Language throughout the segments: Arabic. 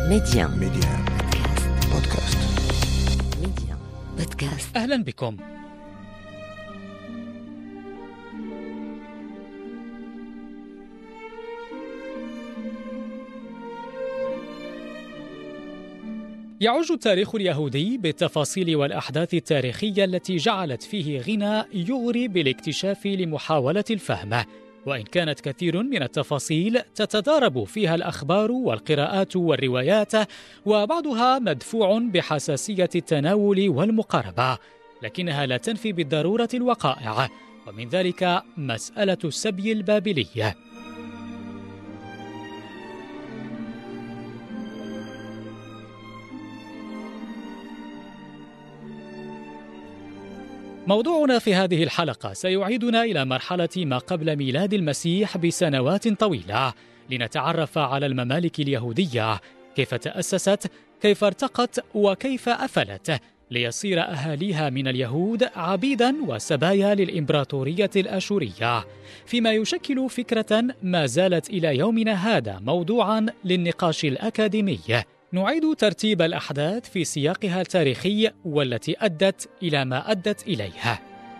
ميديان بودكاست. ميديان بودكاست. أهلا بكم. يعج التاريخ اليهودي بالتفاصيل والأحداث التاريخية التي جعلت فيه غنى يغري بالاكتشاف لمحاولة الفهم، وإن كانت كثير من التفاصيل تتضارب فيها الأخبار والقراءات والروايات، وبعضها مدفوع بحساسية التناول والمقاربة، لكنها لا تنفي بالضرورة الوقائع، ومن ذلك مسألة السبي البابلي. موضوعنا في هذه الحلقة سيعيدنا إلى مرحلة ما قبل ميلاد المسيح بسنوات طويلة، لنتعرف على الممالك اليهودية، كيف تأسست، كيف ارتقت، وكيف أفلت، ليصير أهاليها من اليهود عبيدا وسبايا للإمبراطورية الأشورية، فيما يشكل فكرة ما زالت إلى يومنا هذا موضوعا للنقاش الأكاديمي. نعيد ترتيب الأحداث في سياقها التاريخي والتي أدت إلى ما أدت إليها.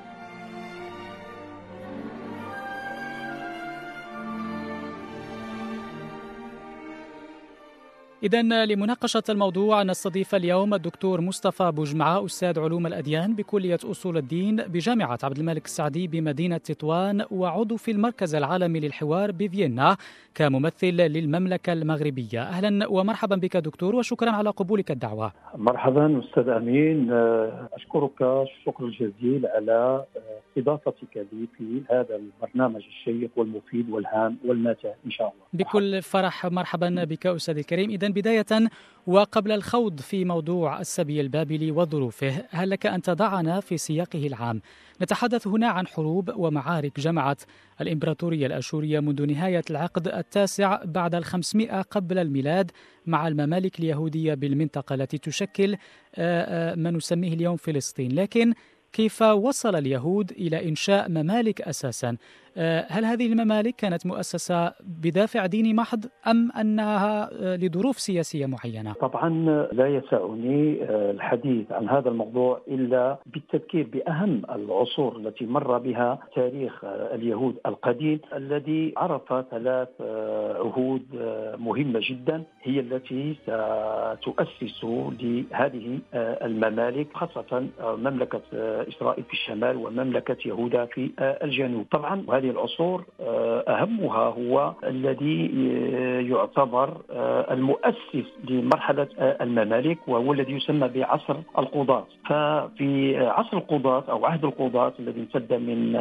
إذن لمناقشة الموضوع نستضيف اليوم الدكتور مصطفى بوجمعة، أستاذ علوم الأديان بكلية أصول الدين بجامعة عبد الملك السعدي بمدينة تطوان، وعضو في المركز العالمي للحوار بفيينا كممثل للمملكة المغربية. أهلا ومرحبا بك دكتور، وشكرا على قبولك الدعوة. مرحبا أستاذ أمين، أشكرك الشكر الجزيل على استضافتك لي في هذا البرنامج الشيق والمفيد والهام والماتع إن شاء الله. بكل فرح، مرحبا بك أستاذ الكريم. إذن بداية وقبل الخوض في موضوع السبي البابلي وظروفه، هل لك أن تضعنا في سياقه العام؟ نتحدث هنا عن حروب ومعارك جمعت الإمبراطورية الأشورية منذ نهاية العقد التاسع بعد 500 قبل الميلاد مع الممالك اليهودية بالمنطقة التي تشكل ما نسميه اليوم فلسطين. لكن كيف وصل اليهود إلى إنشاء ممالك أساساً؟ هل هذه الممالك كانت مؤسسة بدافع ديني محض أم أنها لظروف سياسية معينة؟ طبعا لا يسعني الحديث عن هذا الموضوع إلا بالتذكير بأهم العصور التي مر بها تاريخ اليهود القديم، الذي عرف 3 عهود مهمة جدا هي التي ستؤسس لهذه الممالك، خاصة مملكة إسرائيل في الشمال ومملكة يهوذا في الجنوب. طبعا هذه العصور أهمها هو الذي يعتبر المؤسس لمرحلة الممالك، وهو الذي يسمى بعصر القضاة. ففي عصر القضاة أو عهد القضاة الذي امتد من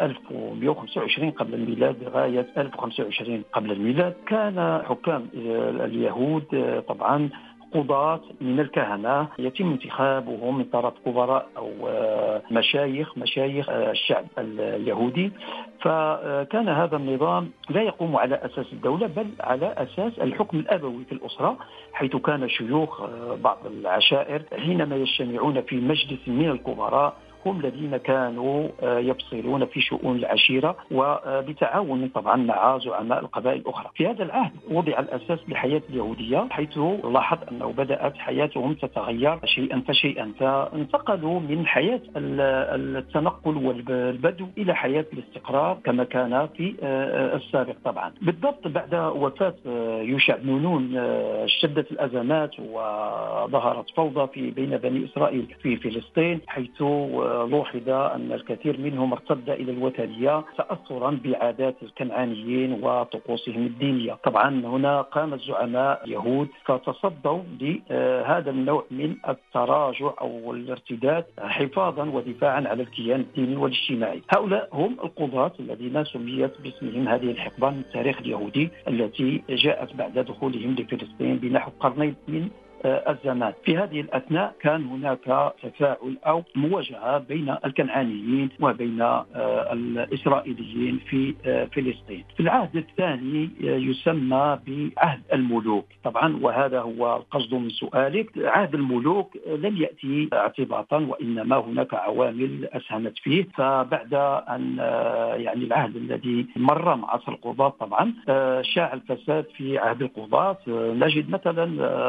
1125 قبل الميلاد لغاية 1025 قبل الميلاد، كان حكام اليهود طبعا قضاة من الكهنة يتم انتخابهم من طرف كبراء أو مشايخ الشعب اليهودي. فكان هذا النظام لا يقوم على أساس الدولة بل على أساس الحكم الأبوي في الأسرة، حيث كان شيوخ بعض العشائر حينما يجتمعون في مجلس من الكبراء هم الذين كانوا يفصلون في شؤون العشيرة وبتعاون طبعا مع زعماء القبائل الأخرى. في هذا العهد وضع الأساس لحياة اليهودية، حيث لاحظ أنه بدأت حياتهم تتغير شيئا فشيئا، فانتقلوا من حياة التنقل والبدو إلى حياة الاستقرار كما كان في السابق. طبعا بالضبط بعد وفاة يوشع بن نون اشتدت الأزمات وظهرت فوضى بين بني إسرائيل في فلسطين، حيث لوحظ أن الكثير منهم ارتد إلى الوثنية تأثرا بعادات الكنعانيين وطقوسهم الدينية. طبعا هنا قام الزعماء اليهود فتصدوا لهذا النوع من التراجع أو الارتداد حفاظا ودفاعا على الكيان الديني والاجتماعي. هؤلاء هم القضاة الذين سميت باسمهم هذه الحقبة من التاريخ اليهودي التي جاءت بعد دخولهم لفلسطين بنحو قرنين من الزمان. في هذه الأثناء كان هناك تفاعل أو مواجهة بين الكنعانيين وبين الإسرائيليين في فلسطين. في العهد الثاني يسمى بعهد الملوك طبعا، وهذا هو القصد من سؤالك. عهد الملوك لم يأتي اعتباطا، وإنما هناك عوامل أسهمت فيه. فبعد أن يعني العهد الذي مر مع عصر القضاة طبعا شاع الفساد في عهد القضاة. نجد مثلا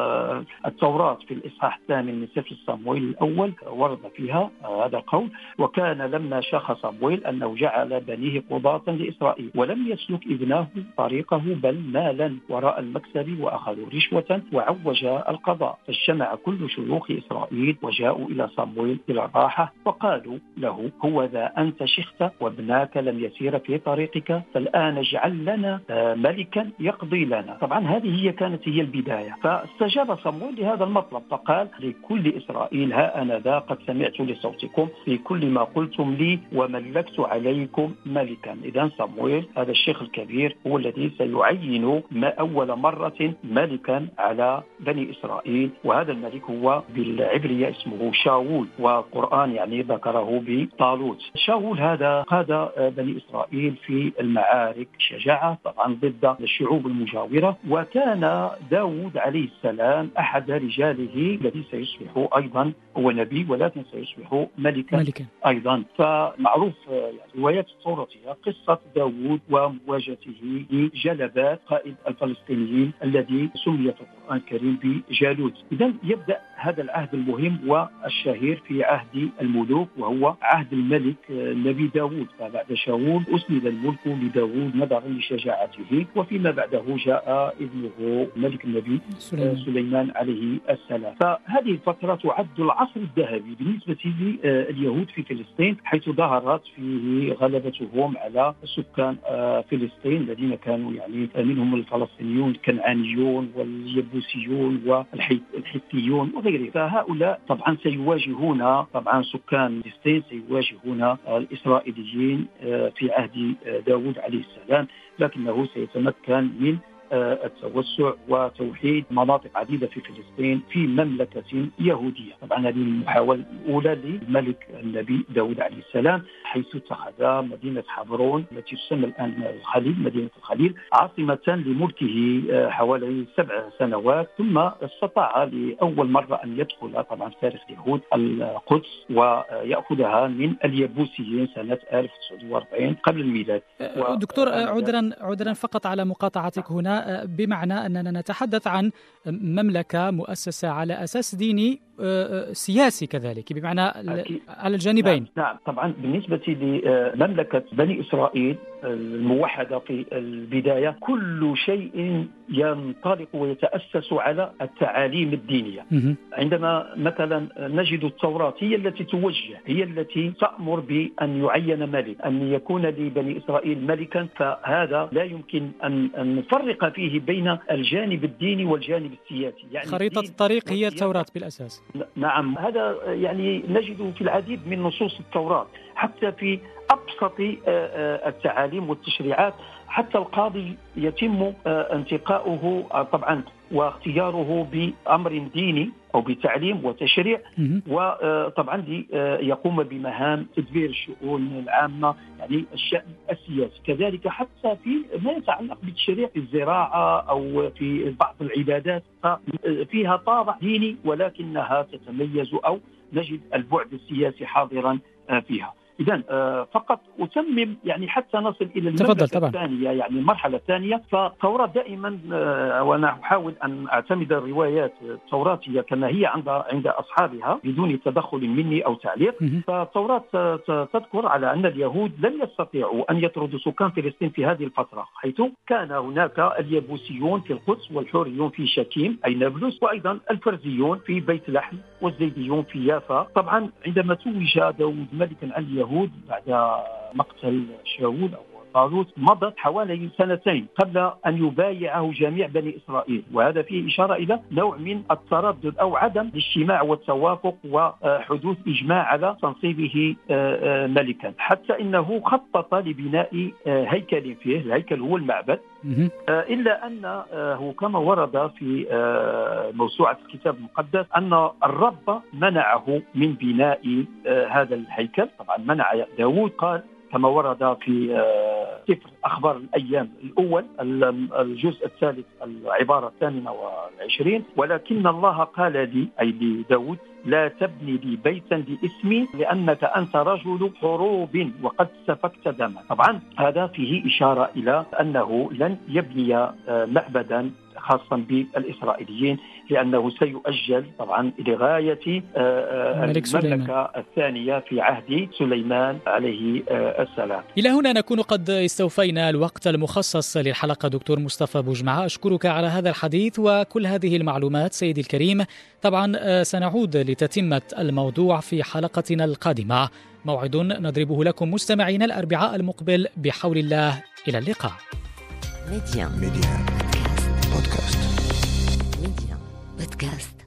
التوراة في الإصحاح الثامن من سفر صموئيل الأول ورد فيها هذا القول: وكان لما شاخ صموئيل أنه جعل بنيه قضاة لإسرائيل ولم يسلك ابنه طريقه بل مالا وراء المكسب وأخذوا رشوة وعوج القضاء. فاجتمع كل شيوخ إسرائيل وجاءوا إلى صموئيل إلى الراحة فقالوا له: هو ذا أنت شخت وابناك لم يسير في طريقك، فالآن اجعل لنا ملكا يقضي لنا. طبعا هذه كانت هي البداية. فاستجاب صموئيل لهذا المطلب فقال لكل إسرائيل: ها أنا ذا قد سمعت لصوتكم في كل ما قلتم لي وملكت عليكم ملكا. إذن صموئيل هذا الشيخ الكبير هو الذي سيعين أول مرة ملكا على بني إسرائيل، وهذا الملك هو بالعبرية اسمه شاول، والقرآن يعني ذكره بطالوت. شاول هذا قاد بني إسرائيل في المعارك شجاعة طبعا ضد الشعوب المجاورة، وكان داود عليه السلام أحد رجاله الذي سيصبح أيضا هو نبي ولكن سيصبح ملكا أيضا. فمعروف روايات التوراتية قصة داود ومواجهته بجلبات قائد الفلسطينيين الذي سمي في القرآن الكريم بجالوت. إذن يبدأ هذا العهد المهم والشهير في عهد الملوك، وهو عهد الملك النبي داود. فبعد شاول أسند الملك لداود نظرا لشجاعته، وفيما بعده جاء ابنه الملك النبي سليمان عليه السلام. فهذه الفترة تعد العصر الذهبي بالنسبة لليهود في فلسطين، حيث ظهرت فيه غلبتهم على سكان فلسطين الذين كانوا يعني منهم الفلسطينيون الكنعانيون واليبوسيون والحثيون وغيرهم. فهؤلاء طبعا سيواجهون طبعا سكان فلسطين سيواجهون الإسرائيليين في عهد داود عليه السلام، لكنه سيتمكن من التوسع وتوحيد مناطق عديدة في فلسطين في مملكة يهودية. طبعا هذه المحاولة الأولى للملك النبي داود عليه السلام، حيث اتخذ مدينة حبرون التي تسمى الآن الخليل، مدينة الخليل، عاصمة لملكه حوالي 7 سنوات. ثم استطاع لأول مرة أن يدخل طبعا في تاريخ اليهود القدس ويأخذها من اليبوسيين سنة 1940 قبل الميلاد. دكتور عذرا فقط على مقاطعتك هنا، بمعنى أننا نتحدث عن مملكة مؤسسة على أساس ديني سياسي كذلك، بمعنى على الجانبين. نعم طبعا بالنسبة لمملكة بني إسرائيل الموحدة في البداية كل شيء ينطلق ويتأسس على التعاليم الدينية. عندما مثلا نجد التوراة هي التي توجه، هي التي تأمر بأن يعين ملك، أن يكون لبني إسرائيل ملكا، فهذا لا يمكن أن نفرق فيه بين الجانب الديني والجانب السياسي. يعني خريطة الطريق هي التوراة بالأساس. نعم، هذا يعني نجده في العديد من نصوص التوراة، حتى في أبسط التعاليم والتشريعات. حتى القاضي يتم انتقاؤه طبعا واختياره بأمر ديني أو بتعليم وتشريع، وطبعا يقوم بمهام تدبير الشؤون العامة، يعني الشأن السياسي. كذلك حتى في ما يتعلق بالتشريع في الزراعة أو في بعض العبادات فيها طابع ديني، ولكنها تتميز أو نجد البعد السياسي حاضرا فيها. إذن فقط أتمم يعني حتى نصل إلى المرحلة الثانية، يعني المرحلة الثانية. فالتوراة دائما وأنا أحاول أن أعتمد الروايات التوراتية كما هي عند أصحابها بدون تدخل مني أو تعليق. فالتوراة تذكر على أن اليهود لم يستطيعوا أن يطردوا سكان فلسطين في هذه الفترة، حيث كان هناك اليبوسيون في القدس والحوريون في شكيم أي نابلس، وأيضا الفرزيون في بيت لحم والزيديون في يافا. طبعا عندما توج داود ملكا على اليهود بعد مقتل شاول أو طالوت مضت حوالي 2 قبل أن يبايعه جميع بني إسرائيل، وهذا فيه إشارة إلى نوع من التردد أو عدم الاجتماع والتوافق وحدوث إجماع على تنصيبه ملكا، حتى إنه خطط لبناء هيكل فيه. الهيكل هو المعبد، إلا أنه كما ورد في موسوعة الكتاب المقدس أن الرب منعه من بناء هذا الهيكل. طبعا منع داود، قال كما ورد في سفر أخبار الأيام الأول الجزء الثالث العبارة 28: ولكن الله قال لي، أي لداود: لا تبني لي بيتا باسمي لأنك أنت رجل حروب وقد سفكت دما. طبعا هذا فيه إشارة إلى أنه لن يبني معبدا خاصا بالإسرائيليين، لأنه سيؤجل طبعا لغاية المملكة الثانية في عهد سليمان عليه السلام. إلى هنا نكون قد استوفينا الوقت المخصص للحلقة. دكتور مصطفى بوجمعة، أشكرك على هذا الحديث وكل هذه المعلومات سيدي الكريم. طبعا سنعود لتتمة الموضوع في حلقتنا القادمة، موعد نضربه لكم مستمعين الأربعاء المقبل بحول الله. إلى اللقاء. ميديان بودكاست. ميديان بودكاست.